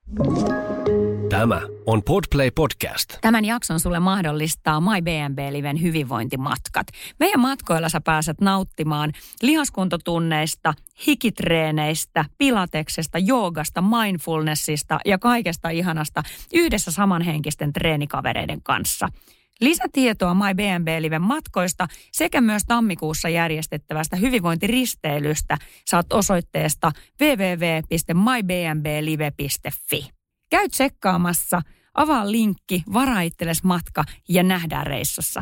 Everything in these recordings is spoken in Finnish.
Tämä on Podplay Podcast. Tämän jakson sulle mahdollistaa MyBnB-liven hyvinvointimatkat. Meidän matkoilla sä pääset nauttimaan lihaskuntotunneista, hikitreeneistä, pilateksesta, joogasta, mindfulnessista ja kaikesta ihanasta yhdessä samanhenkisten treenikavereiden kanssa. Lisätietoa MyBnB-liven matkoista sekä myös tammikuussa järjestettävästä hyvinvointiristeilystä saat osoitteesta www.mybnblive.fi. Käy tsekkaamassa, avaa linkki, varaa itsellesi matka ja nähdään reissussa.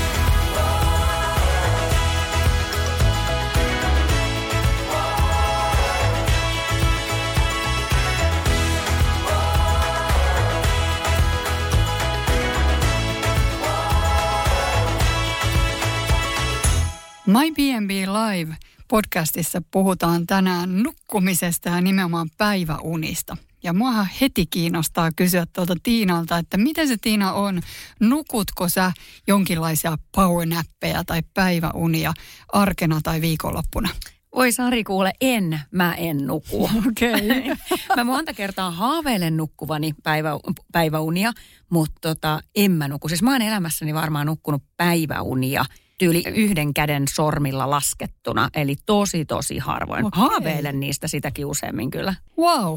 MyBnB Live podcastissa puhutaan tänään nukkumisesta ja nimenomaan päiväunista. Ja muahan heti kiinnostaa kysyä tuolta Tiinalta, että miten se Tiina on? Nukutko sä jonkinlaisia powernappeja tai päiväunia arkena tai viikonloppuna? Oi Sari, kuule, mä en nuku. Okei. Okay. Mä monta kertaa haaveilen nukkuvani päiväunia, mutta en mä nuku. Siis mä oon elämässäni varmaan nukkunut päiväunia tyyli yhden käden sormilla laskettuna, eli tosi harvoin. Okay. Haaveilen niistä sitäkin useammin kyllä. Wow.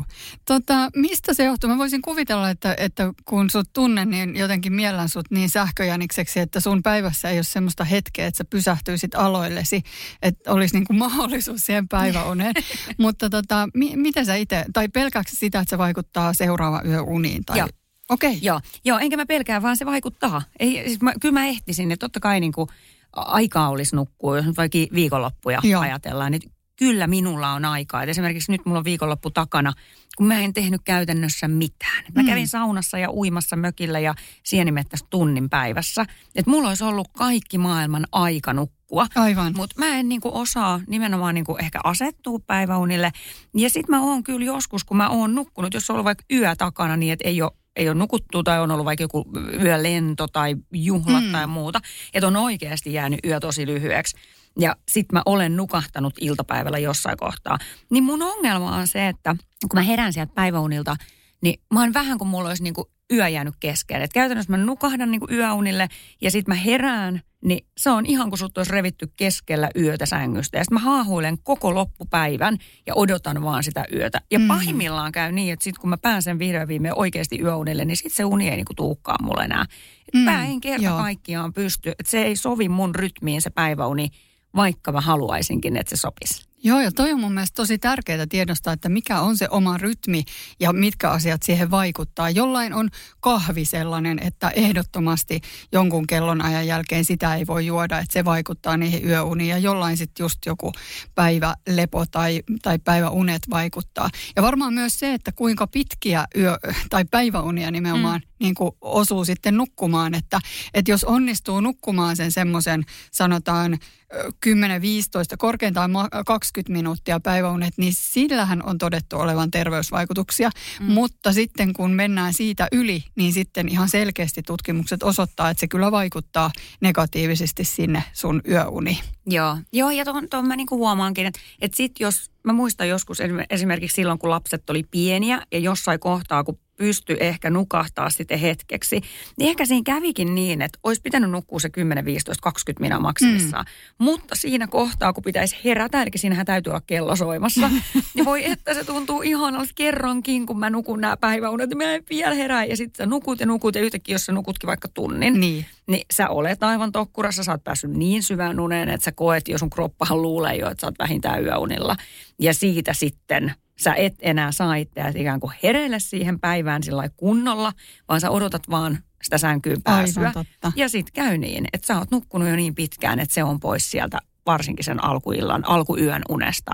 Mistä se johtuu? Mä voisin kuvitella, että kun sut tunnen, niin jotenkin miellän sut niin sähköjänikseksi, että sun päivässä ei ole semmoista hetkeä, että sä pysähtyisit aloillesi, että olisi niinku mahdollisuus siihen päiväuneen. Mutta miten sä itse, tai pelkääksä sitä, että se vaikuttaa seuraava yöuniin? Tai... Joo. Okei. Okay. Joo, enkä mä pelkää, vaan se vaikuttaa. Kyllä mä ehtisin, että totta kai niinku aikaa olisi nukkua, jos nyt vaikka viikonloppuja ajatellaan, niin kyllä minulla on aikaa. Et esimerkiksi nyt mulla on viikonloppu takana, kun mä en tehnyt käytännössä mitään. Mä kävin saunassa ja uimassa mökillä ja sienimettässä tunnin päivässä. Että mulla olisi ollut kaikki maailman aika nukkua. Aivan. Mutta mä en osaa nimenomaan ehkä asettua päiväunille. Ja sit mä oon kyllä joskus, kun mä oon nukkunut, jos on ollut vaikka yö takana niin, että ei ole nukuttu tai on ollut vaikka joku yölento tai juhlat tai muuta. Että on oikeasti jäänyt yö tosi lyhyeksi. Ja sit mä olen nukahtanut iltapäivällä jossain kohtaa. Niin mun ongelma on se, että kun mä herään sieltä päiväunilta, niin mä oon vähän kuin mulla olisi yö jäänyt kesken. Että käytännössä mä nukahdan yöunille ja sit mä herään, niin se on ihan kuin sut olisi revitty keskellä yötä sängystä. Ja sit mä haahuilen koko loppupäivän ja odotan vaan sitä yötä. Ja pahimmillaan käy niin, että sit kun mä pääsen vihdoin viimein oikeasti yöunille, niin sit se uni ei tuukkaa mulle enää. Mä en kerta kaikkiaan pysty. Että se ei sovi mun rytmiin se päiväuni, vaikka mä haluaisinkin, että se sopisi. Joo, ja toi on mun mielestä tosi tärkeää tiedostaa, että mikä on se oma rytmi ja mitkä asiat siihen vaikuttaa. Jollain on kahvi sellainen, että ehdottomasti jonkun kellonajan jälkeen sitä ei voi juoda, että se vaikuttaa niihin yöuniin. Ja jollain sitten just joku päivälepo tai päiväunet vaikuttaa. Ja varmaan myös se, että kuinka pitkiä tai päiväunia nimenomaan niin kuin osuu sitten nukkumaan. Että jos onnistuu nukkumaan sen semmoisen, sanotaan 10-15, korkeintaan 20 minuuttia päiväunet, niin sillähän on todettu olevan terveysvaikutuksia. Mutta sitten kun mennään siitä yli, niin sitten ihan selkeästi tutkimukset osoittaa, että se kyllä vaikuttaa negatiivisesti sinne sun yöuniin. Joo, ja tuon mä huomaankin, että sit jos, mä muistan joskus esimerkiksi silloin, kun lapset oli pieniä ja jossain kohtaa, kun pystyi ehkä nukahtaa sitten hetkeksi, niin ehkä siinä kävikin niin, että olisi pitänyt nukkua se 10, 15, 20 minuuttia maksimissaan. Mutta siinä kohtaa, kun pitäisi herätä, eli siinähän täytyy olla kello soimassa, niin voi että se tuntuu ihanalta kerrankin, kun mä nukun nämä päiväunet, niin mä en vielä herää. Ja sitten sä nukut ja yhtäkkiä, jos sä nukutkin vaikka tunnin, niin sä olet aivan tokkurassa, sä oot päässyt niin syvään uneen, että sä koet, jos sun kroppahan luulee jo, että sä oot vähintään yöunilla. Ja siitä sitten sä et enää saa itseäsi ikään kuin hereille siihen päivään sillä lailla kunnolla, vaan sä odotat vaan sitä sänkyyn pääsyä. Ja sit käy niin, että sä oot nukkunut jo niin pitkään, että se on pois sieltä varsinkin sen alkuyön unesta.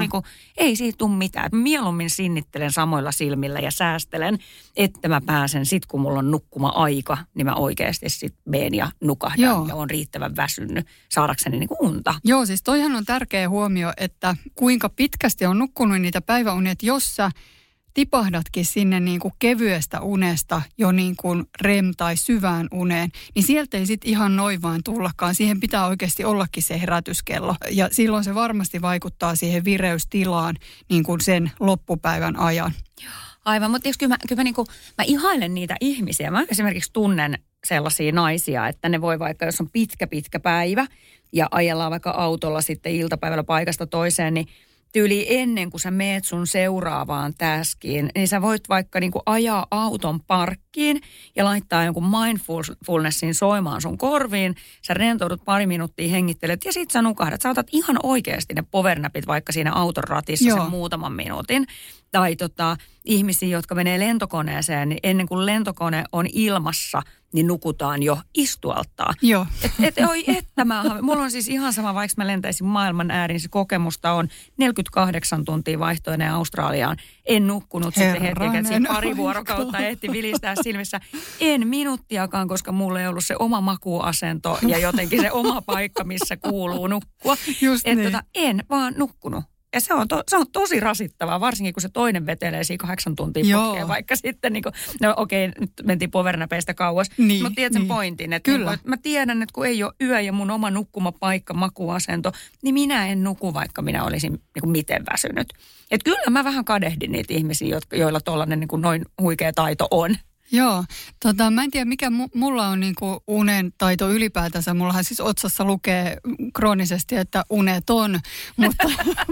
Ei siitä tule mitään. Mieluummin sinnittelen samoilla silmillä ja säästelen, että mä pääsen sit kun mulla on nukkuma-aika, niin mä oikeasti sit meen ja nukahdan ja on riittävän väsynyt saadakseni unta. Joo, siis toihan on tärkeä huomio, että kuinka pitkästi on nukkunut niitä päiväunia, että jos sä tipahdatkin sinne niin kuin kevyestä unesta jo niin kuin REM- tai syvään uneen, niin sieltä ei sitten ihan noin vaan tullakaan. Siihen pitää oikeasti ollakin se herätyskello. Ja silloin se varmasti vaikuttaa siihen vireystilaan niin kuin sen loppupäivän ajan. Aivan, mutta kyllä mä ihailen niitä ihmisiä. Mä esimerkiksi tunnen sellaisia naisia, että ne voi vaikka, jos on pitkä päivä ja ajellaan vaikka autolla sitten iltapäivällä paikasta toiseen, niin tyyli ennen kuin sä meet sun seuraavaan taskiin, niin sä voit vaikka niin kuin ajaa auton parkkiin ja laittaa jonkun mindfulnessin soimaan sun korviin. Sä rentoudut pari minuuttia, hengittelet ja sit sä nukahdat. Sä otat ihan oikeasti ne powernapit vaikka siinä auton ratissa sen muutaman minuutin. Tai ihmisiä, jotka menee lentokoneeseen, niin ennen kuin lentokone on ilmassa, niin nukutaan jo istualtaan. Joo. Mulla on siis ihan sama, vaikka mä lentäisin maailman ääriin, niin se kokemusta on 48 tuntia vaihtoinen Australiaan. En nukkunut sitten hetken, että pari vuorokautta ehti vilistää silmissä. En minuuttiakaan, koska mulla ei ollut se oma makuasento ja jotenkin se oma paikka, missä kuuluu nukkua. Just niin. En vaan nukkunut. Ja se on tosi rasittavaa, varsinkin kun se toinen vetelee siinä 8 tuntia putkeen, vaikka sitten niin kuin, no okei, nyt mentiin powernapeista kauas, mutta tiedät sen pointin, että Kyllä. Niin kuin, mä tiedän, että kun ei ole yö ja mun oma nukkumapaikka, makuasento, niin minä en nuku, vaikka minä olisin niin kuin miten väsynyt. Että kyllä mä vähän kadehdin niitä ihmisiä, joilla tollainen niin kuin noin huikea taito on. Joo, mä en tiedä mikä mulla on niinku unen taito ylipäätänsä. Mullahan siis otsassa lukee kroonisesti, että uneton, mutta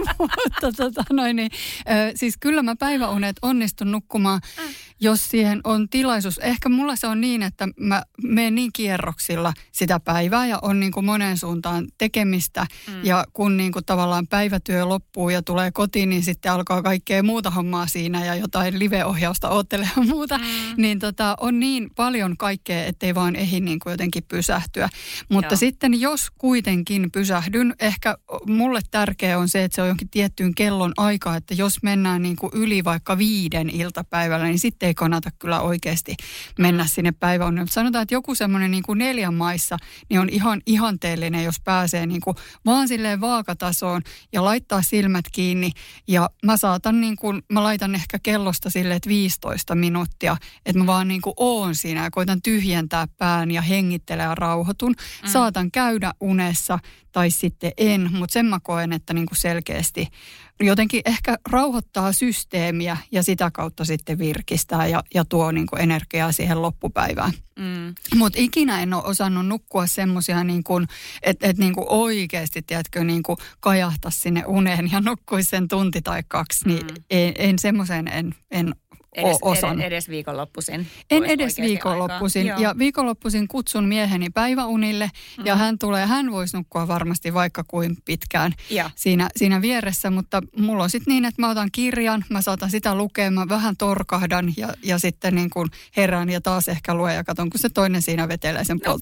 siis kyllä mä päiväunet onnistun nukkumaan, jos siihen on tilaisuus. Ehkä mulla se on niin, että mä menen niin kierroksilla sitä päivää ja on niinku moneen suuntaan tekemistä. Ja kun niinku tavallaan päivätyö loppuu ja tulee kotiin, niin sitten alkaa kaikkea muuta hommaa siinä ja jotain live-ohjausta oottelee ja muuta, niin on niin paljon kaikkea, ettei vaan ehdi niin kuin jotenkin pysähtyä. Mutta sitten jos kuitenkin pysähdyn, ehkä mulle tärkeä on se, että se on jonkin tiettyyn kellon aikaa, että jos mennään niin kuin yli vaikka 5 iltapäivällä, niin sitten ei kannata kyllä oikeasti mennä sinne päiväuneen. Sanotaan, että joku semmoinen niin kuin 4 maissa, niin on ihan ihanteellinen, jos pääsee niin kuin vaan silleen vaakatasoon ja laittaa silmät kiinni. Ja mä laitan ehkä kellosta silleen, että 15 minuuttia, että mä vaan niin kuin oon siinä ja koitan tyhjentää pään ja hengittele ja rauhoitun. Saatan käydä unessa tai sitten en, mutta sen mä koen, että niin kuin selkeästi jotenkin ehkä rauhoittaa systeemiä ja sitä kautta sitten virkistää ja tuo niin kuin energiaa siihen loppupäivään. Mutta ikinä en ole osannut nukkua semmoisia, niin että niin kuin oikeasti, tiedätkö, niin kuin kajahtaa sinne uneen ja nukkuisi sen tunti tai 2, niin en semmoiseen en Edes viikonloppuisin. En edes viikonloppuisin. Ja viikonloppuisin kutsun mieheni päiväunille ja hän voisi nukkua varmasti vaikka kuin pitkään siinä vieressä. Mutta mulla on sitten niin, että mä otan kirjan, mä saatan sitä lukea, mä vähän torkahdan ja sitten niin kuin herään ja taas ehkä luen ja katson, kun se toinen siinä vetelee sen 1,5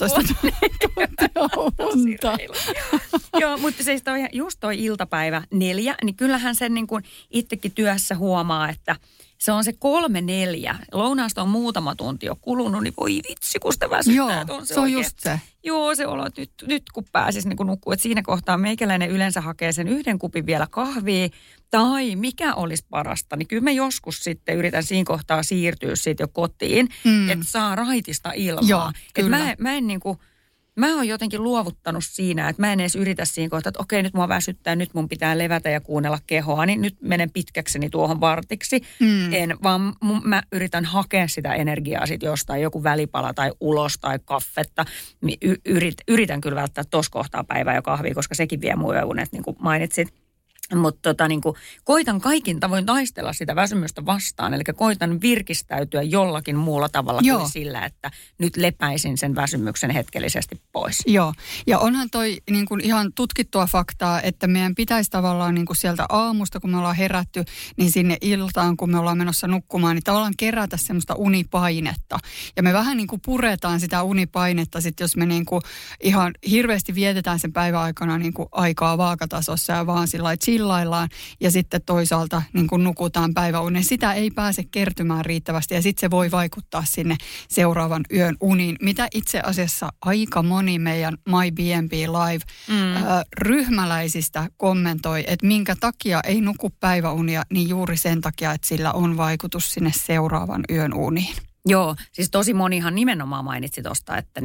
tuntia. Joo, mutta siis just toi iltapäivä 4, niin kyllähän sen niin kuin itsekin työssä huomaa, että se on se 3-4. Lounaasta on muutama tunti jo kulunut, niin voi vitsi, kun sitä väsyttää. Joo, se on just se. Joo, se olo, että nyt kun pääsisi niin nukkuu. Että siinä kohtaa meikäläinen yleensä hakee sen 1 kupin vielä kahvia. Tai mikä olisi parasta, niin kyllä mä joskus sitten yritän siinä kohtaa siirtyä siitä jo kotiin, että saa raitista ilmaa. Joo, kyllä. Mä en niin kuin... Mä oon jotenkin luovuttanut siinä, että mä en edes yritä siinä kohtaa, että okei, nyt mua väsyttää, nyt mun pitää levätä ja kuunnella kehoa, niin nyt menen pitkäkseni tuohon vartiksi. Vaan mä yritän hakea sitä energiaa sitten jostain, joku välipala tai ulos tai kaffetta. Yritän kyllä välttää tuossa kohtaa päivää jo kahvia, koska sekin vie mun yöunet, niin kuin mainitsit. Mutta niin kuin, koitan kaikin tavoin taistella sitä väsymystä vastaan, eli koitan virkistäytyä jollakin muulla tavalla kuin sillä, että nyt lepäisin sen väsymyksen hetkellisesti pois. Joo, ja onhan toi niin kuin ihan tutkittua faktaa, että meidän pitäisi tavallaan niin kuin sieltä aamusta, kun me ollaan herätty, niin sinne iltaan, kun me ollaan menossa nukkumaan, niin tavallaan kerätä semmoista unipainetta. Ja me vähän niin kuin puretaan sitä unipainetta, sitten jos me niin kuin ihan hirveästi vietetään sen päivän aikana niin kuin aikaa vaakatasossa ja vaan sillä lailla chillaillaan ja sitten toisaalta niin kun nukutaan päiväunen. Sitä ei pääse kertymään riittävästi ja sitten se voi vaikuttaa sinne seuraavan yön uniin. Mitä itse asiassa aika moni meidän My B&B Live ryhmäläisistä kommentoi, että minkä takia ei nuku päiväunia, niin juuri sen takia, että sillä on vaikutus sinne seuraavan yön uniin. Joo, siis tosi monihan nimenomaan mainitsi tuosta, että niinku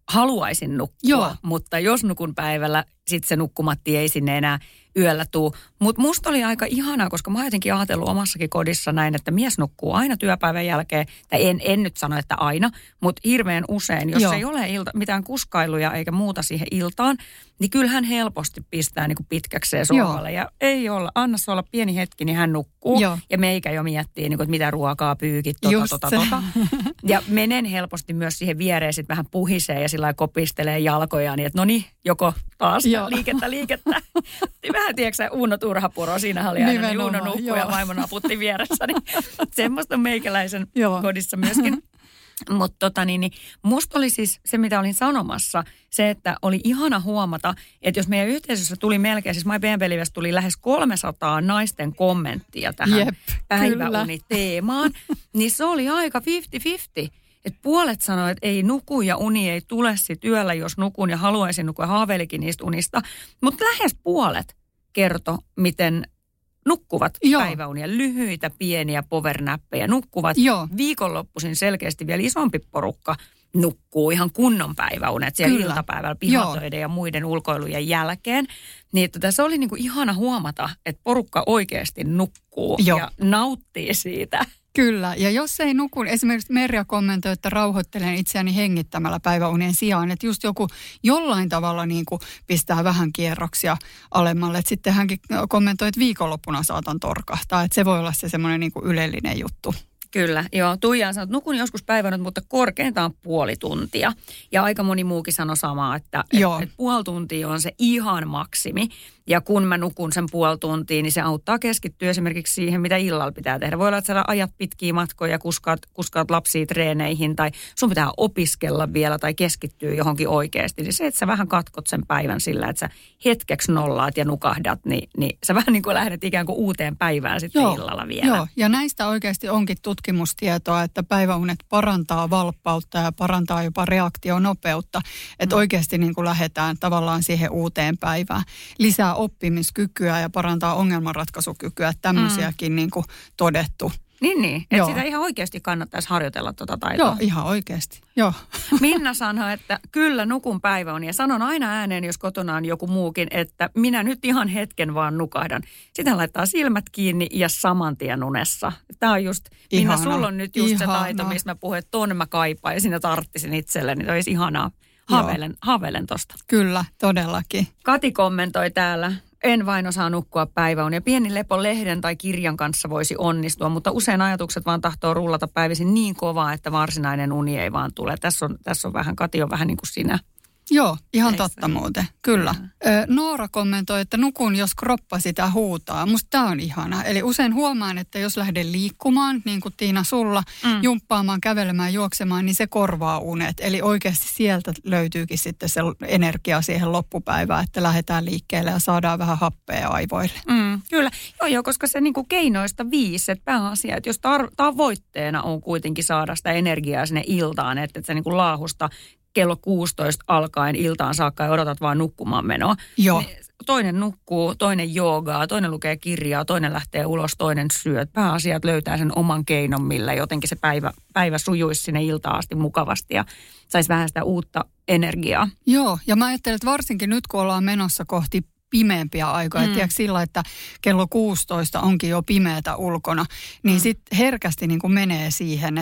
haluaisin nukkua, mutta jos nukun päivällä, sitten se nukkumatti ei sinne enää yöllä tuu. Mutta musta oli aika ihanaa, koska mä oon jotenkin ajatellut omassakin kodissa näin, että mies nukkuu aina työpäivän jälkeen. Tai en nyt sano, että aina, mutta hirveän usein. Jos ei ole mitään kuskailuja eikä muuta siihen iltaan, niin kyllä hän helposti pistää niin kuin pitkäkseen sohvalle. Ja ei olla, anna se olla pieni hetki, niin hän nukkuu. Joo. Ja meikä jo miettii, niin kuin, että mitä ruokaa pyykit, Ja menen helposti myös siihen viereen sitten vähän puhisee ja sillä lailla kopistelee jalkojaan, niin että no niin, joko taas liikettä. Vähän, tiedätkö Uuno Turhapuro, siinähän oli aina, niin Uuno nukkui ja vaimo naputti vieressä. Niin semmoista on meikäläisen kodissa myöskin. Mutta musta oli siis se, mitä olin sanomassa, se, että oli ihana huomata, että jos meidän yhteisössä tuli melkein, siis My BNB-livestä tuli lähes 300 naisten kommenttia tähän päiväuniteemaan, niin se oli aika 50-50. Että puolet sanoi, että ei nuku ja uni ei tule sit yöllä, jos nukun ja haluaisin nukua, haaveilikin niistä unista. Mutta lähes puolet kertoi, miten nukkuvat päiväunia, lyhyitä, pieniä powernappeja, nukkuvat. Viikonloppuisin selkeästi vielä isompi porukka nukkuu ihan kunnon päiväunet siellä iltapäivällä pihatöiden ja muiden ulkoilujen jälkeen. Niin se oli niinku ihana huomata, että porukka oikeasti nukkuu ja nauttii siitä. Kyllä, ja jos ei nuku, esimerkiksi Merja kommentoi, että rauhoittelen itseäni hengittämällä päiväunien sijaan, että just joku jollain tavalla niin kuin pistää vähän kierroksia alemmalle. Että sitten hänkin kommentoi, että viikonloppuna saatan torkahtaa, että se voi olla se semmoinen niin kuin ylellinen juttu. Kyllä, joo. Tuija sanoi, että nukun joskus päivänä, mutta korkeintaan puoli tuntia. Ja aika moni muukin sanoi samaa, että puoli tuntia on se ihan maksimi. Ja kun mä nukun sen puoli tuntia, niin se auttaa keskittyä esimerkiksi siihen, mitä illalla pitää tehdä. Voi olla, että sä ajat pitkiä matkoja ja kuskaat lapsia treeneihin tai sun pitää opiskella vielä tai keskittyä johonkin oikeasti. Niin se, että sä vähän katkot sen päivän sillä, että sä hetkeksi nollaat ja nukahdat, niin sä vähän niin kuin lähdet ikään kuin uuteen päivään sitten illalla vielä. Joo, ja näistä oikeasti onkin tutkimustietoa, että päiväunet parantaa valppautta ja parantaa jopa reaktionopeutta. Että oikeasti niin kuin lähdetään tavallaan siihen uuteen päivään. Lisää oppimiskykyä ja parantaa ongelmanratkaisukykyä. Tämmöisiäkin niin kuin todettu. Niin. Että sitä ihan oikeasti kannattaisi harjoitella tuota taitoa. Joo, ihan oikeasti. Joo. Minna sanoi, että kyllä nukun päiväunia. Sanon aina ääneen, jos kotona on joku muukin, että minä nyt ihan hetken vaan nukahdan. Sitten laittaa silmät kiinni ja saman tien unessa. Tämä on just, Minna, sulla on nyt just se taito, mistä mä puhun, että tuonne mä kaipaan ja sinä tarttisin itselleni. Niin olisi ihanaa. Haaveilen tosta. Kyllä, todellakin. Kati kommentoi täällä. En vain osaa nukkua päiväunia. Pieni lepo lehden tai kirjan kanssa voisi onnistua, mutta usein ajatukset vaan tahtoo rullata päivisin niin kovaa, että varsinainen uni ei vaan tule. Tässä on vähän, Kati on vähän niin kuin sinä. Joo, ihan totta muuten, kyllä. Noora kommentoi, että nukun, jos kroppa sitä huutaa. Musta tämä on ihana. Eli usein huomaan, että jos lähden liikkumaan, niin kuin Tiina sulla, jumppaamaan, kävelemään, juoksemaan, niin se korvaa unet. Eli oikeasti sieltä löytyykin sitten se energia siihen loppupäivään, että lähdetään liikkeelle ja saadaan vähän happea aivoille. Kyllä, joo, koska se niin kuin keinoista 5, että pääasia, että jos tavoitteena on kuitenkin saada sitä energiaa sinne iltaan, että se niin kuin laahusta kello 16 alkaen iltaan saakka ja odotat vaan nukkumaan menoa. Joo. Niin toinen nukkuu, toinen joogaa, toinen lukee kirjaa, toinen lähtee ulos, toinen syö. Pääasiat löytää sen oman keinon, millä jotenkin se päivä sujuisi sinne iltaan asti mukavasti ja saisi vähän sitä uutta energiaa. Joo, ja mä ajattelen, että varsinkin nyt kun ollaan menossa kohti pimeämpiä aikoja. Tiedätkö sillä, että kello 16 onkin jo pimeätä ulkona, niin sitten herkästi niin kuin menee siihen,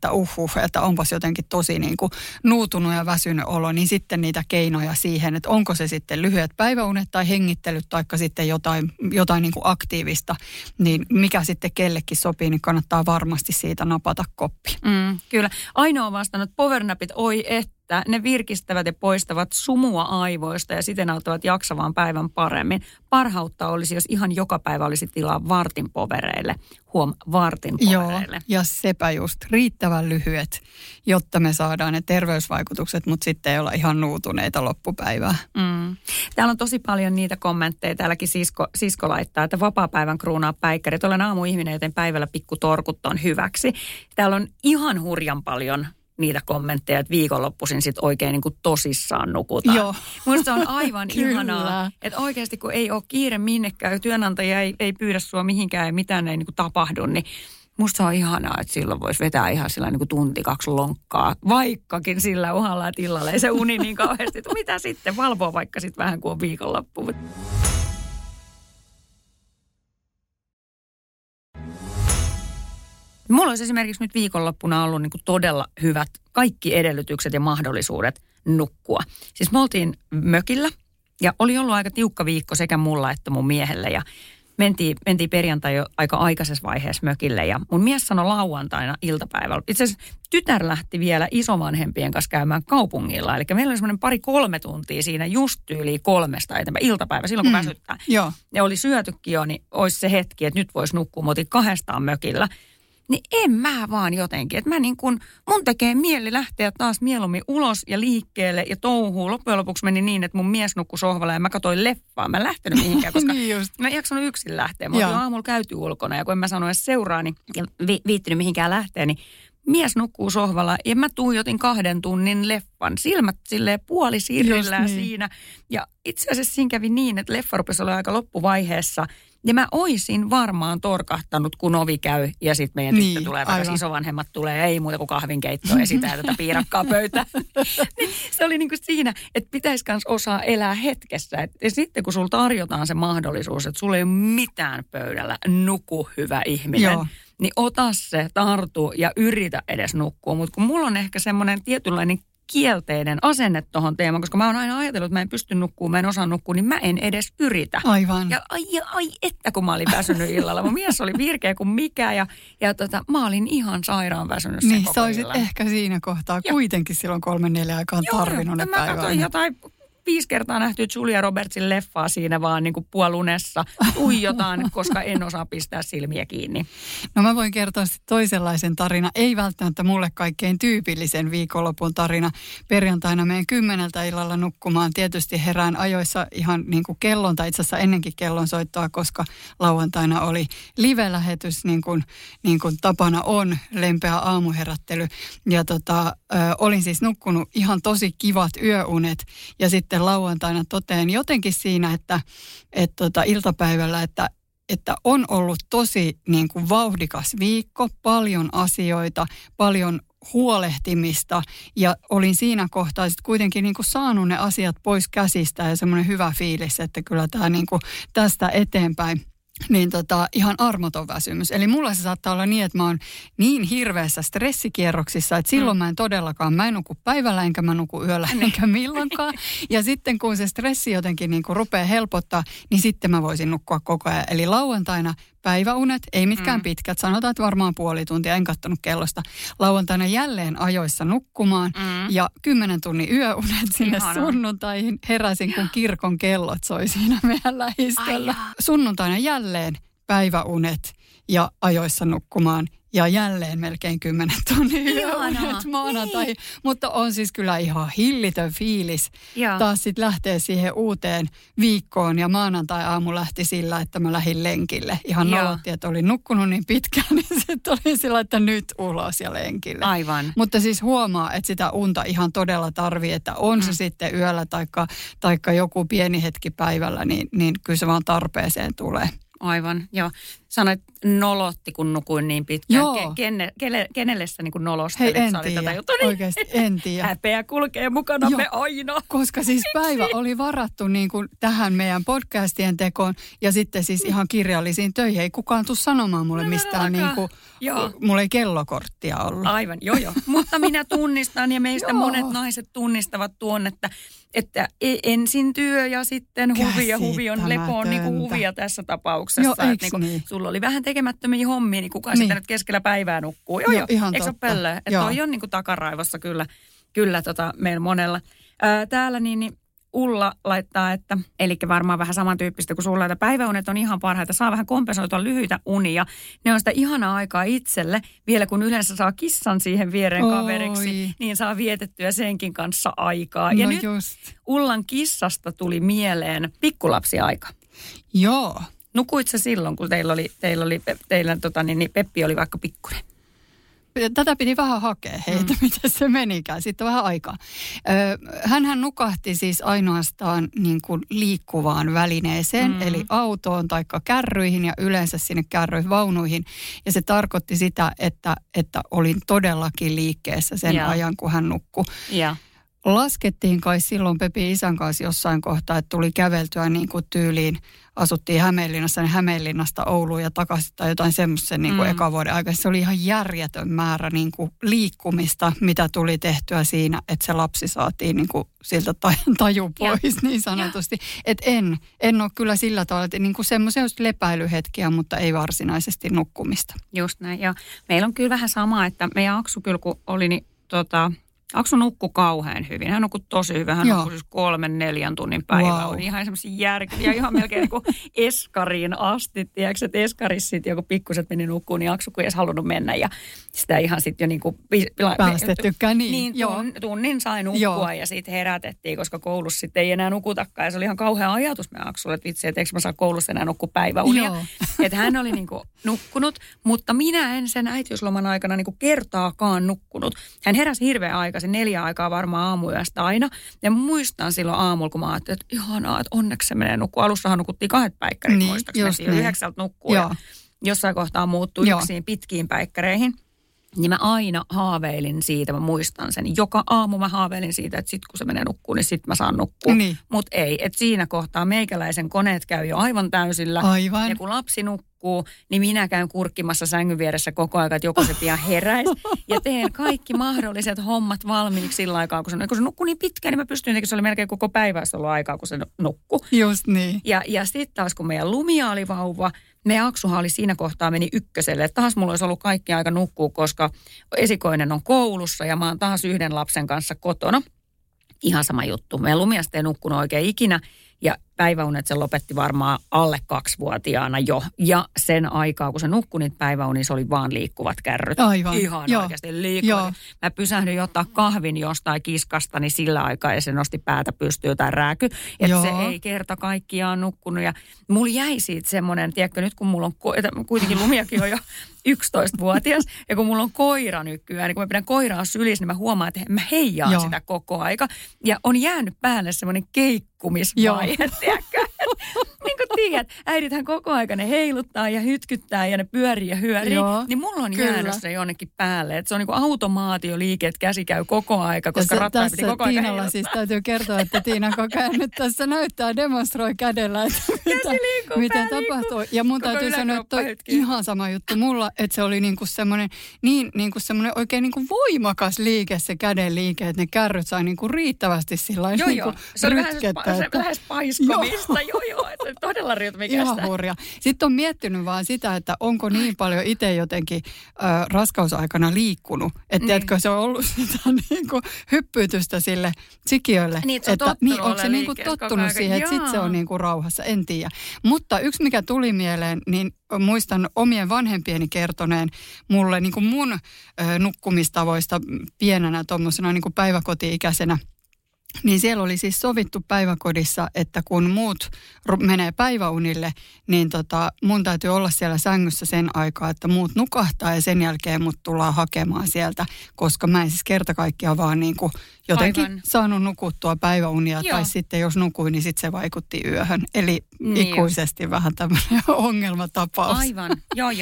että onpas jotenkin tosi niin kuin nuutunut ja väsynyt olo, niin sitten niitä keinoja siihen, että onko se sitten lyhyet päiväunet tai hengittelyt tai sitten jotain niin kuin aktiivista, niin mikä sitten kellekin sopii, niin kannattaa varmasti siitä napata koppi. Kyllä. Ainoa on vastannut, powernapit, oi että ne virkistävät ja poistavat sumua aivoista ja siten auttavat jaksamaan päivän paremmin. Parhautta olisi, jos ihan joka päivä olisi tilaa vartin povereille. Vartin povereille. Joo, ja sepä just riittävän lyhyet, jotta me saadaan ne terveysvaikutukset, mutta sitten ei olla ihan nuutuneita loppupäivää. Täällä on tosi paljon niitä kommentteja. Täälläkin sisko laittaa, että vapaapäivän kruunaa päikkärit. Olen aamuihminen, joten päivällä pikku torkut on hyväksi. Täällä on ihan hurjan paljon niitä kommentteja, että viikonloppuisin sitten oikein niin kuin tosissaan nukutaan. Joo. Minusta on aivan ihanaa, että oikeasti kun ei ole kiire minnekään, työnantaja ei pyydä sua mihinkään ja mitään ei niin kuin tapahdu, niin musta se on ihanaa, että silloin voisi vetää ihan sillä niin kuin tunti, 2 lonkkaa. Vaikkakin sillä uhalla, että illalla ei se uni niin kauheasti. Mitä sitten? Valvoo vaikka sitten vähän, kun on viikonloppu. Mulla olisi esimerkiksi nyt viikonloppuna ollut niin kuin todella hyvät kaikki edellytykset ja mahdollisuudet nukkua. Siis me oltiin mökillä ja oli ollut aika tiukka viikko sekä mulla että mun miehelle ja mentiin perjantai jo aika aikaisessa vaiheessa mökille ja mun mies sanoi lauantaina iltapäivällä. Itse asiassa tytär lähti vielä isovanhempien kanssa käymään kaupungilla. Eli meillä oli semmoinen 2-3 tuntia siinä just tyyliin 3 eteenpäin iltapäivä silloin kun väsyttää. Joo. Ja oli syötykin jo, niin olisi se hetki, että nyt voisi nukkua. Me oltiin 2 mökillä. Niin en mä vaan jotenkin, että mun tekee mieli lähteä taas mieluummin ulos ja liikkeelle ja touhuu. Loppujen lopuksi meni niin, että mun mies nukkui sohvalla ja mä katsoin leffaa. Mä en lähtenyt mihinkään, koska mä en jaksanut yksin lähteä. Mä olin aamulla käyty ulkona ja kun en mä sano edes seuraa, niin viittinyt mihinkään lähteä, niin mies nukkuu sohvalla ja mä tuijotin 2 tunnin leffan. Silmät silleen puolisiirrillään siinä. Ja itse asiassa siinä kävi niin, että leffa rupesi olla aika loppuvaiheessa. Ja mä oisin varmaan torkahtanut, kun ovi käy ja sitten meidän tyttö tulee takaisin, isovanhemmat tulee ja ei muuta kuin kahvinkeittoa ja sitä ja tätä piirakkaa pöytään. Niin se oli niin kuin siinä, että pitäisi myös osaa elää hetkessä. Ja sitten kun sulla tarjotaan se mahdollisuus, että sulla ei ole mitään pöydällä, nuku hyvä ihminen. Joo. Niin ota se, tartu ja yritä edes nukkua. Mutta kun mulla on ehkä semmoinen tietynlainen kielteinen asenne tuohon teemaan, koska mä oon aina ajatellut, että mä en pysty nukkumaan, mä en osaa nukkua, niin mä en edes yritä. Aivan. Ja että kun mä olin väsynyt illalla. Mun mies oli virkeä kuin mikä ja mä olin ihan sairaan väsynyt sen koko sä olisit illan. ehkä siinä kohtaa kuitenkin silloin 3-4 aikaan tarvinnut ne päivänä. Mä katsoin jotain 5 kertaa nähtyä Julia Robertsin leffaa siinä vaan niin kuin puolunessa. Uijotaan, koska en osaa pistää silmiä kiinni. No mä voin kertoa sitten toisenlaisen tarina. Ei välttämättä mulle kaikkein tyypillisen viikonlopun tarina. Perjantaina menen 10 illalla nukkumaan. Tietysti herään ajoissa ihan niin kuin kellon, tai itse asiassa ennenkin kellonsoittoa, koska lauantaina oli live-lähetys, niin kuin tapana on, lempeä aamuherättely. Ja olin siis nukkunut ihan tosi kivat yöunet ja sitten lauantaina totean jotenkin siinä, että iltapäivällä, että on ollut tosi niin kuin vauhdikas viikko, paljon asioita, paljon huolehtimista ja olin siinä kohtaa sitten kuitenkin niin kuin saanut ne asiat pois käsistä ja semmoinen hyvä fiilis, että kyllä tämä niin kuin tästä eteenpäin. Niin ihan armoton väsymys. Eli mulla se saattaa olla niin, että mä oon niin hirveässä stressikierroksissa, että silloin mä en nuku päivällä, enkä mä nuku yöllä, enkä milloinkaan. Ja sitten kun se stressi jotenkin niin kuin rupeaa helpottaa, niin sitten mä voisin nukkua koko ajan. Eli lauantaina päiväunet, ei mitkään pitkät, sanotaan, että varmaan puoli tuntia, en katsonut kellosta. Lauantaina jälleen ajoissa nukkumaan ja 10 tunnin yöunet sinne sunnuntaihin. Heräsin, kun kirkon kellot soi siinä meidän lähistöllä. Sunnuntaina jälleen päiväunet ja ajoissa nukkumaan. Ja jälleen melkein 10 tunnin yöunet maanantai. Niin. Mutta on siis kyllä ihan hillitön fiilis. Taas sitten lähtee siihen uuteen viikkoon. Ja maanantai-aamu lähti sillä, että mä lähdin lenkille. Ihan nolotti, että olin nukkunut niin pitkään, niin sitten oli sillä, että nyt ulos ja lenkille. Aivan. Mutta siis huomaa, että sitä unta ihan todella tarvii, että on se sitten yöllä taikka joku pieni hetki päivällä, niin kyllä se vaan tarpeeseen tulee. Aivan, joo. Sanoit nolotti, kun nukuin niin pitkään. Kenelle sä niin kuin nolostelit? Hei, en tiedä. Oikeasti en tiedä. Häpeä kulkee mukanamme aina. Koska siis päivä oli varattu niin kuin tähän meidän podcastien tekoon ja sitten siis ihan kirjallisiin töihin. Ei kukaan tule sanomaan mulle mistään, niin kuin, mulla ei kellokorttia ollut. Aivan, joo. Mutta minä tunnistan ja meistä monet naiset tunnistavat tuon, että ensin työ ja sitten huvi ja huvi on lepoon niin kuin huvia tässä tapauksessa. Joo, niin sulla oli vähän tekemättömiä hommia, niin kukaan sitä nyt keskellä päivää nukkuu. Joo, ihan eikö se ole pöllöä? Että toi on niin kuin takaraivossa kyllä meillä monella. Täällä niin Ulla laittaa, että eli varmaan vähän samantyyppistä kuin sulla, että päiväunet on ihan parhaita. Saa vähän kompensoitua lyhyitä unia. Ne on sitä ihanaa aikaa itselle. Vielä kun yleensä saa kissan siihen viereen kaveriksi, niin saa vietettyä senkin kanssa aikaa. Ja nyt Ullan kissasta tuli mieleen pikkulapsiaika. Joo. Nukuit sä silloin, kun teillä Peppi oli vaikka pikkuinen? tätä piti vähän hakea heitä, miten se menikään. Sitten vähän aikaa. Hänhän nukahti siis ainoastaan niin kuin liikkuvaan välineeseen, eli autoon tai kärryihin ja yleensä sinne kärryihin, vaunuihin. Ja se tarkoitti sitä, että olin todellakin liikkeessä sen ajan, kun hän nukkui. Ja. Laskettiin kai silloin Pepi isän kanssa jossain kohtaa, että tuli käveltyä niin kuin tyyliin. Asuttiin Hämeenlinnassa, niin Hämeenlinnasta Ouluun ja takaisin tai jotain semmoisen niin kuin ekan vuoden aikana. Se oli ihan järjetön määrä niin kuin liikkumista, mitä tuli tehtyä siinä, että se lapsi saatiin niin kuin siltä taju pois niin sanotusti. Että en ole kyllä sillä tavalla, että niin kuin semmoisia just lepäilyhetkiä, mutta ei varsinaisesti nukkumista. Just näin, ja meillä on kyllä vähän sama, että meidän Aksu kyllä kun oli, niin Aksu nukkui kauhean hyvin. Hän nukkui tosi hyvin. Hän nukkui siis 3-4 tunnin päivää. Wow. Oli ihan semmoisia järkeviä, ihan melkein niin kuin eskariin asti. Tiedätkö, että eskarissa sitten joku pikkuset meni nukkuun, niin Aksu kun ei edes halunnut mennä. Ja sitä ihan sitten jo niin kuin päästettykään niin. Tunnin sai nukkua ja sitten herätettiin, koska koulussa sitten ei enää nukutakaan. Ja se oli ihan kauhea ajatus meidän Aksulle, että vitsi, että eikö mä saa koulussa enää nukkua päiväunia. Että hän oli niin kuin nukkunut, mutta minä en sen äitiysloman aikana niin kuin kertaakaan nukkunut. Hän heräsi hirveän aikaisin, 4 aikaa varmaan aamuyöstä aina. Ja muistan silloin aamulla, kun mä ajattelin, että ihanaa, että onneksi se menee nukkua. Alussahan nukuttiin 2 päikkärit, muistaakseni. 9 nukkuu ja jossain kohtaa muuttui yksiin pitkiin päikkäreihin. Niin mä aina haaveilin siitä, mä muistan sen. Joka aamu mä haaveilin siitä, että sit kun se menee nukkuun, niin sit mä saan nukkua. Niin. Mutta ei, että siinä kohtaa meikäläisen koneet käy jo aivan täysillä. Aivan. Ja kun lapsi nukkuu, niin minä käyn kurkkimassa sängyn vieressä koko ajan, että joku se pian heräisi. Ja teen kaikki mahdolliset hommat valmiiksi sillä aikaa, kun se nukkuu niin pitkään, niin mä pystyn tekemään, se oli melkein koko päivässä ollut aikaa, kun se nukkuu. Just niin. Ja sitten taas, kun meidän Lumia oli vauva, meidän Aksuhan oli siinä kohtaa meni 1. Taas mulla olisi ollut kaikki aika nukkua, koska esikoinen on koulussa ja mä oon taas 1 lapsen kanssa kotona. Ihan sama juttu. Meidän Lumiasta ei nukkunut oikein ikinä ja päiväunet se lopetti varmaan alle 2-vuotiaana jo. Ja sen aikaa, kun se nukkui niitä päiväunia, se oli vaan liikkuvat kärryt. Aivan. Ihan oikeasti liikkuvat. Mä pysähdyin ottaa kahvin jostain kiskasta, niin sillä aikaa ja se nosti päätä pystyyn tai rääky. Että se ei kerta kaikkiaan nukkunut. Ja mulla jäi siitä semmoinen, tiedätkö, nyt kun mulla on, kuitenkin Lumiakin on jo 11-vuotias. Ja kun mulla on koira nykyään, niin kun mä pidän koiraa sylissä, niin mä huomaan, että mä heijaan sitä koko aika. Ja on jäänyt päälle semmoinen keikkumisvaihe, tiedätkö? Niin kuin tiedät, äidithän koko aika ne heiluttaa ja hytkyttää ja ne pyörii ja hyörii. Niin mulla on jäänyt se jonnekin päälle. Että se on niin kuin automaatioliike, että käsi käy koko aika, koska rattaja piti koko aika Tiinalla heiluttaa. Siis täytyy kertoa, että Tiina koko ajan nyt tässä näyttää, demonstroi kädellä, että mitä tapahtuu. Ja mun täytyy sanoa, että ihan sama juttu mulla, että se oli niinku semmoinen oikein niinku voimakas liike, se käden liike, että ne kärryt sai niinku riittävästi sillain niinku rytkettä. Se lähes paiskomista, että todella rytmikästä. Ihan hurja. Sitten on miettinyt vaan sitä, että onko niin paljon itse jotenkin raskausaikana liikkunut. Että tiedätkö, se on ollut sitä niinku hyppyytystä sille sikiölle. Niin, että se on onko se niinku tottunut siihen, että sitten se on niinku rauhassa, en tiedä. Mutta yksi mikä tuli mieleen, niin muistan omien vanhempieni kertoneen mulle niin kuin mun nukkumistavoista pienenä tuommoisena niin kuin päiväkoti-ikäisenä. Niin siellä oli siis sovittu päiväkodissa, että kun muut menee päiväunille, niin mun täytyy olla siellä sängyssä sen aikaa, että muut nukahtaa ja sen jälkeen mut tullaan hakemaan sieltä, koska mä en siis kerta kaikkiaan vaan niin kuin jotenkin saanut nukuttua päiväunia. Tai sitten jos nukuin, niin sitten se vaikutti yöhön. Eli ikuisesti vähän tämmöinen ongelmatapaus. Aivan,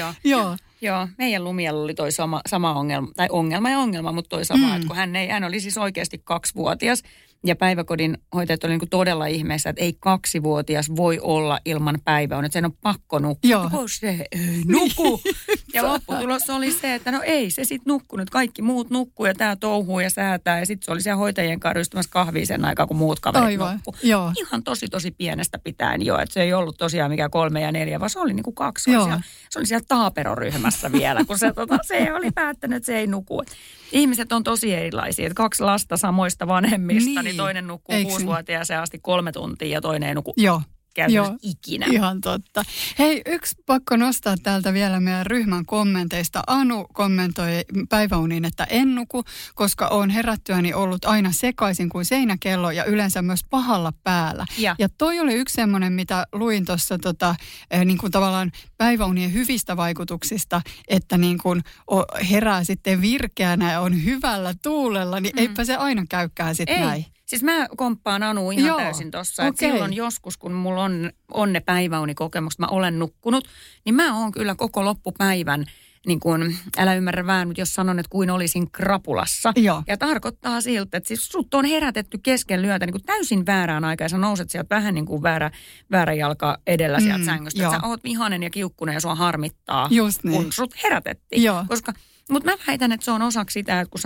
Joo, meidän Lumialla oli toi sama ongelma, tai ongelma, mutta toi sama, että kun hän oli siis oikeasti 2-vuotias ja päiväkodin hoitajat oli niin todella ihmeessä, että ei 2-vuotias voi olla ilman päivää, että sen on pakko nukkua. Joo. Se ei nuku. Ja lopputulos oli se, että no ei se sitten nukkunut, kaikki muut nukkuu ja tämä touhuu ja säätää ja sitten se oli siellä hoitajien kanssa rystymässä kahvia sen aikaa, kun muut kaverit nukkuu. Ihan tosi pienestä pitäen jo, että se ei ollut tosiaan mikään 3 ja 4, vaan se oli niin kuin 2. Se oli siellä taaperoryhmässä vielä, kun se oli päättänyt, että se ei nuku. Ihmiset on tosi erilaisia, että 2 lasta samoista vanhemmista, niin toinen nukkuu 6-vuotiaaseen asti 3 tuntia ja toinen ei nuku käytännössä ikinä. Ihan totta. Hei, yksi pakko nostaa täältä vielä meidän ryhmän kommenteista. Anu kommentoi päiväuniin, että en nuku, koska olen herättyäni ollut aina sekaisin kuin seinäkello ja yleensä myös pahalla päällä. Ja toi oli yksi semmoinen, mitä luin tuossa niin kuin tavallaan päiväunien hyvistä vaikutuksista, että niin kuin herää sitten virkeänä ja on hyvällä tuulella, niin eipä se aina käykään sitten näin. Siis mä komppaan Anu ihan täysin tossa. Okay. Silloin joskus, kun mulla on ne päiväunikokemukset, mä olen nukkunut, niin mä oon kyllä koko loppupäivän, niin kuin, älä ymmärrä väärin, jos sanon, että kuin olisin krapulassa. Joo. Ja tarkoittaa siltä, että siis sut on herätetty kesken lyötä niin kuin täysin väärään aikaan ja sä nouset sieltä vähän niin kuin väärä jalka edellä sieltä sängystä. Sä oot vihainen ja kiukkunen ja sua harmittaa, kun sut herätettiin. Mutta mä väitän, että se on osaksi sitä, että kun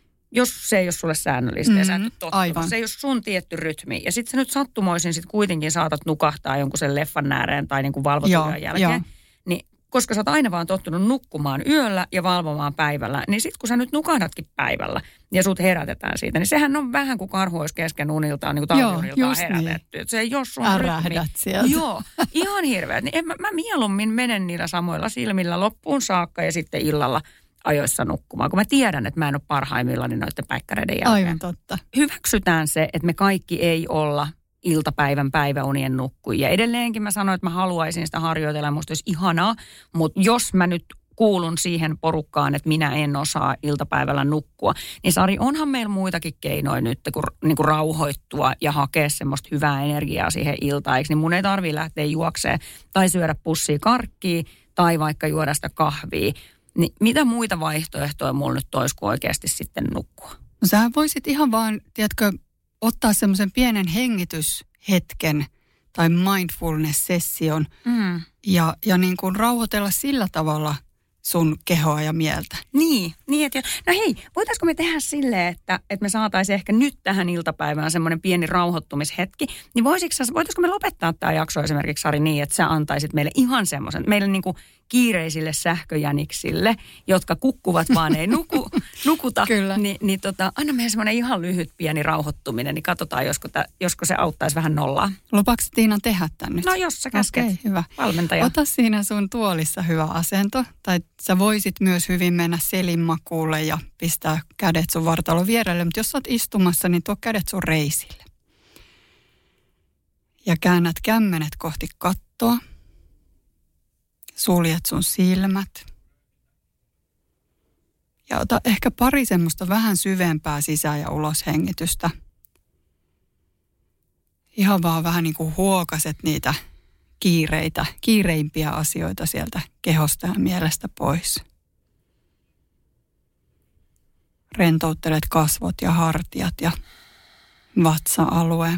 jos se ei ole sulle säännöllistä ja sä et tottunut, se ei ole sun tietty rytmi. Ja sit sä nyt sattumoisin sit kuitenkin saatat nukahtaa jonkun sen leffan ääreen tai niin kuin valvotyön jälkeen. Niin, koska sä oot aina vaan tottunut nukkumaan yöllä ja valvomaan päivällä, niin sit kun sä nyt nukahdatkin päivällä ja sut herätetään siitä, niin sehän on vähän kuin karhu olisi kesken uniltaan, niin kuin talviuniltaan herätetty. Niin. Se ei ole sun rytmi. Sieltä. Joo, ihan hirveät. Niin mä mieluummin menen niillä samoilla silmillä loppuun saakka ja sitten illalla ajoissa nukkumaan, kun mä tiedän, että mä en ole parhaimmillani noiden päikkäreiden jälkeen. Aivan totta. Hyväksytään se, että me kaikki ei olla iltapäivän päiväunien nukkujia. Edelleenkin mä sanoin, että mä haluaisin sitä harjoitella, musta olisi ihanaa, mutta jos mä nyt kuulun siihen porukkaan, että minä en osaa iltapäivällä nukkua, niin Sari, onhan meillä muitakin keinoja nyt, kun niin kuin rauhoittua ja hakea semmoista hyvää energiaa siihen iltaan. Eikö? Niin mun ei tarvitse lähteä juokseen tai syödä pussia karkkia tai vaikka juoda sitä kahvia. Niin mitä muita vaihtoehtoja mulla nyt olisi kuin oikeasti sitten nukkua? No sä voisit ihan vaan, tiedätkö, ottaa semmoisen pienen hengityshetken tai mindfulness-session ja niin kuin rauhoitella sillä tavalla sun kehoa ja mieltä. Niin että no hei, voitaisiko me tehdä silleen, että me saataisiin ehkä nyt tähän iltapäivään semmoinen pieni rauhoittumishetki, niin voitaisiko me lopettaa tämä jakso esimerkiksi, Sari, niin, että sä antaisit meille ihan semmoisen, meille niin kuin kiireisille sähköjäniksille, jotka kukkuvat vaan ei nukuta, niin anna meidän semmoinen ihan lyhyt pieni rauhoittuminen, niin katsotaan, josko se auttaisi vähän nollaa. Lupaako Tiina tehdä tämän nyt? No jos sä käsket, hyvä. Valmentaja. Ota siinä sun tuolissa hyvä asento, tai sä voisit myös hyvin mennä selinmakuulle ja pistää kädet sun vartalon vierelle, mutta jos sä oot istumassa, niin tuo kädet sun reisille. Ja käännät kämmenet kohti kattoa. Suljet sun silmät. Ja ota ehkä pari semmoista vähän syvempää sisään- ja ulos hengitystä. Ihan vaan vähän niin kuin huokaset niitä kiireimpiä asioita sieltä kehosta ja mielestä pois. Rentouttelet kasvot ja hartiat ja vatsa-alueen.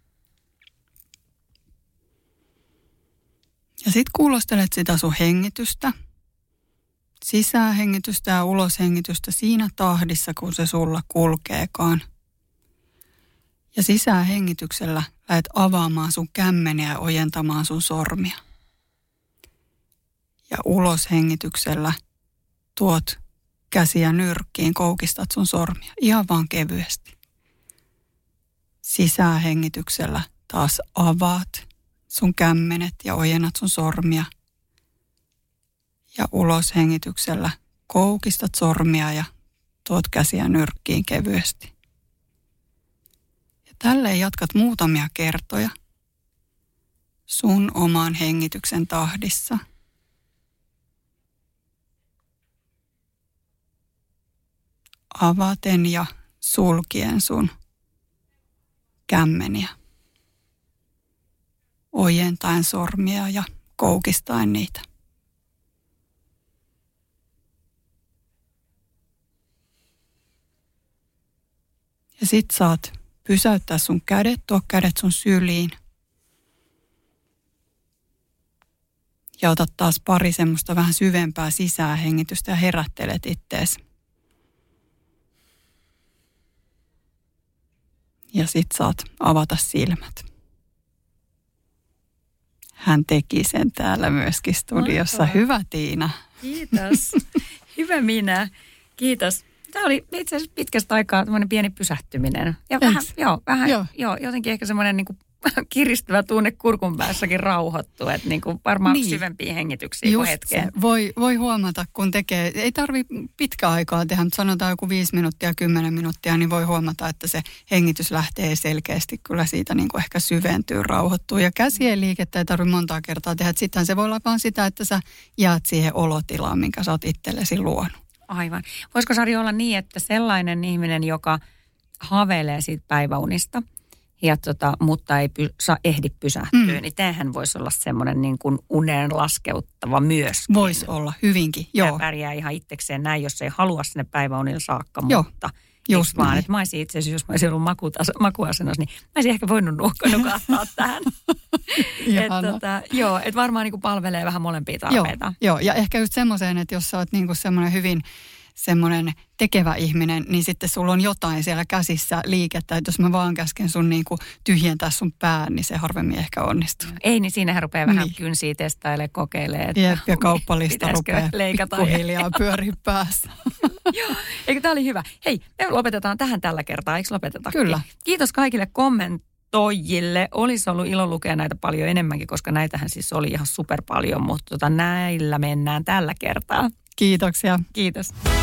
Ja sitten kuulostelet sitä sun hengitystä, sisähengitystä ja uloshengitystä siinä tahdissa, kun se sulla kulkeekaan. Ja sisähengityksellä lähdet avaamaan sun kämmeniä ja ojentamaan sun sormia. Ja uloshengityksellä tuot käsiä nyrkkiin, koukistat sun sormia ihan vaan kevyesti. Sisähengityksellä taas avaat sun kämmenet ja ojennat sun sormia. Ja uloshengityksellä koukistat sormia ja tuot käsiä nyrkkiin kevyesti. Ja tälleen jatkat muutamia kertoja sun oman hengityksen tahdissa. Avaten ja sulkien sun kämmeniä. Ojentaen sormia ja koukistaen niitä. Ja sit saat pysäyttää sun kädet, tuo kädet sun syliin. Ja otat taas pari semmoista vähän syvempää sisäänhengitystä ja herättelet ittees. Ja sit saat avata silmät. Hän teki sen täällä myöskin studiossa. Hyvä Tiina. Kiitos. Hyvä minä. Kiitos. Tämä oli itse asiassa pitkästä aikaa tämmöinen pieni pysähtyminen. Ja vähän jotenkin ehkä semmoinen niin kuin kiristyvä tunne kurkun päässäkin rauhoittuu. Että niin kuin varmaan syvempiä hengityksiä kuin hetkeen. Voi huomata, kun tekee, ei tarvitse pitkä aikaa tehdä, mutta sanotaan joku 5 minuuttia, 10 minuuttia, niin voi huomata, että se hengitys lähtee selkeästi kyllä siitä niin kuin ehkä syventyy, rauhoittuu. Ja käsien liikettä ei tarvitse montaa kertaa tehdä. Sitten se voi olla vaan sitä, että sä jäät siihen olotilaan, minkä sä oot itsellesi luonut. Aivan. Voisiko, Sari, olla niin, että sellainen ihminen, joka haaveilee siitä päiväunista, mutta ei ehdi pysähtyä, niin tämähän voisi olla semmoinen niin kuin unen laskeuttava myöskin. Voisi olla, hyvinkin, joo. Ja pärjää ihan itsekseen näin, jos ei halua sinne päiväunille saakka, joo. Mutta just vaan, että mä olisin itse asiassa, jos mä olisin ollut makuasennossa, niin mä olisin ehkä voinut nukahtaa tähän. Että varmaan niin kuin palvelee vähän molempia tarpeita. Joo, ja ehkä just semmoiseen, että jos sä oot niin kuin semmoinen hyvin semmoinen tekevä ihminen, niin sitten sulla on jotain siellä käsissä liikettä, että jos mä vaan käsken sun niin kuin tyhjentää sun pään, niin se harvemmin ehkä onnistuu. Ei, niin siinähän rupeaa vähän kynsiä testailemaan, kokeilemaan. Ja kauppalista rupeaa pikkuhiljaa pyöriä päässä. Joo, eikö tämä oli hyvä? Hei, me lopetetaan tähän tällä kertaa, eikö lopetetakin? Kyllä. Kiitos kaikille kommentoijille. Olisi ollut ilo lukea näitä paljon enemmänkin, koska näitähän siis oli ihan super paljon, mutta näillä mennään tällä kertaa. Kiitoksia. Kiitos.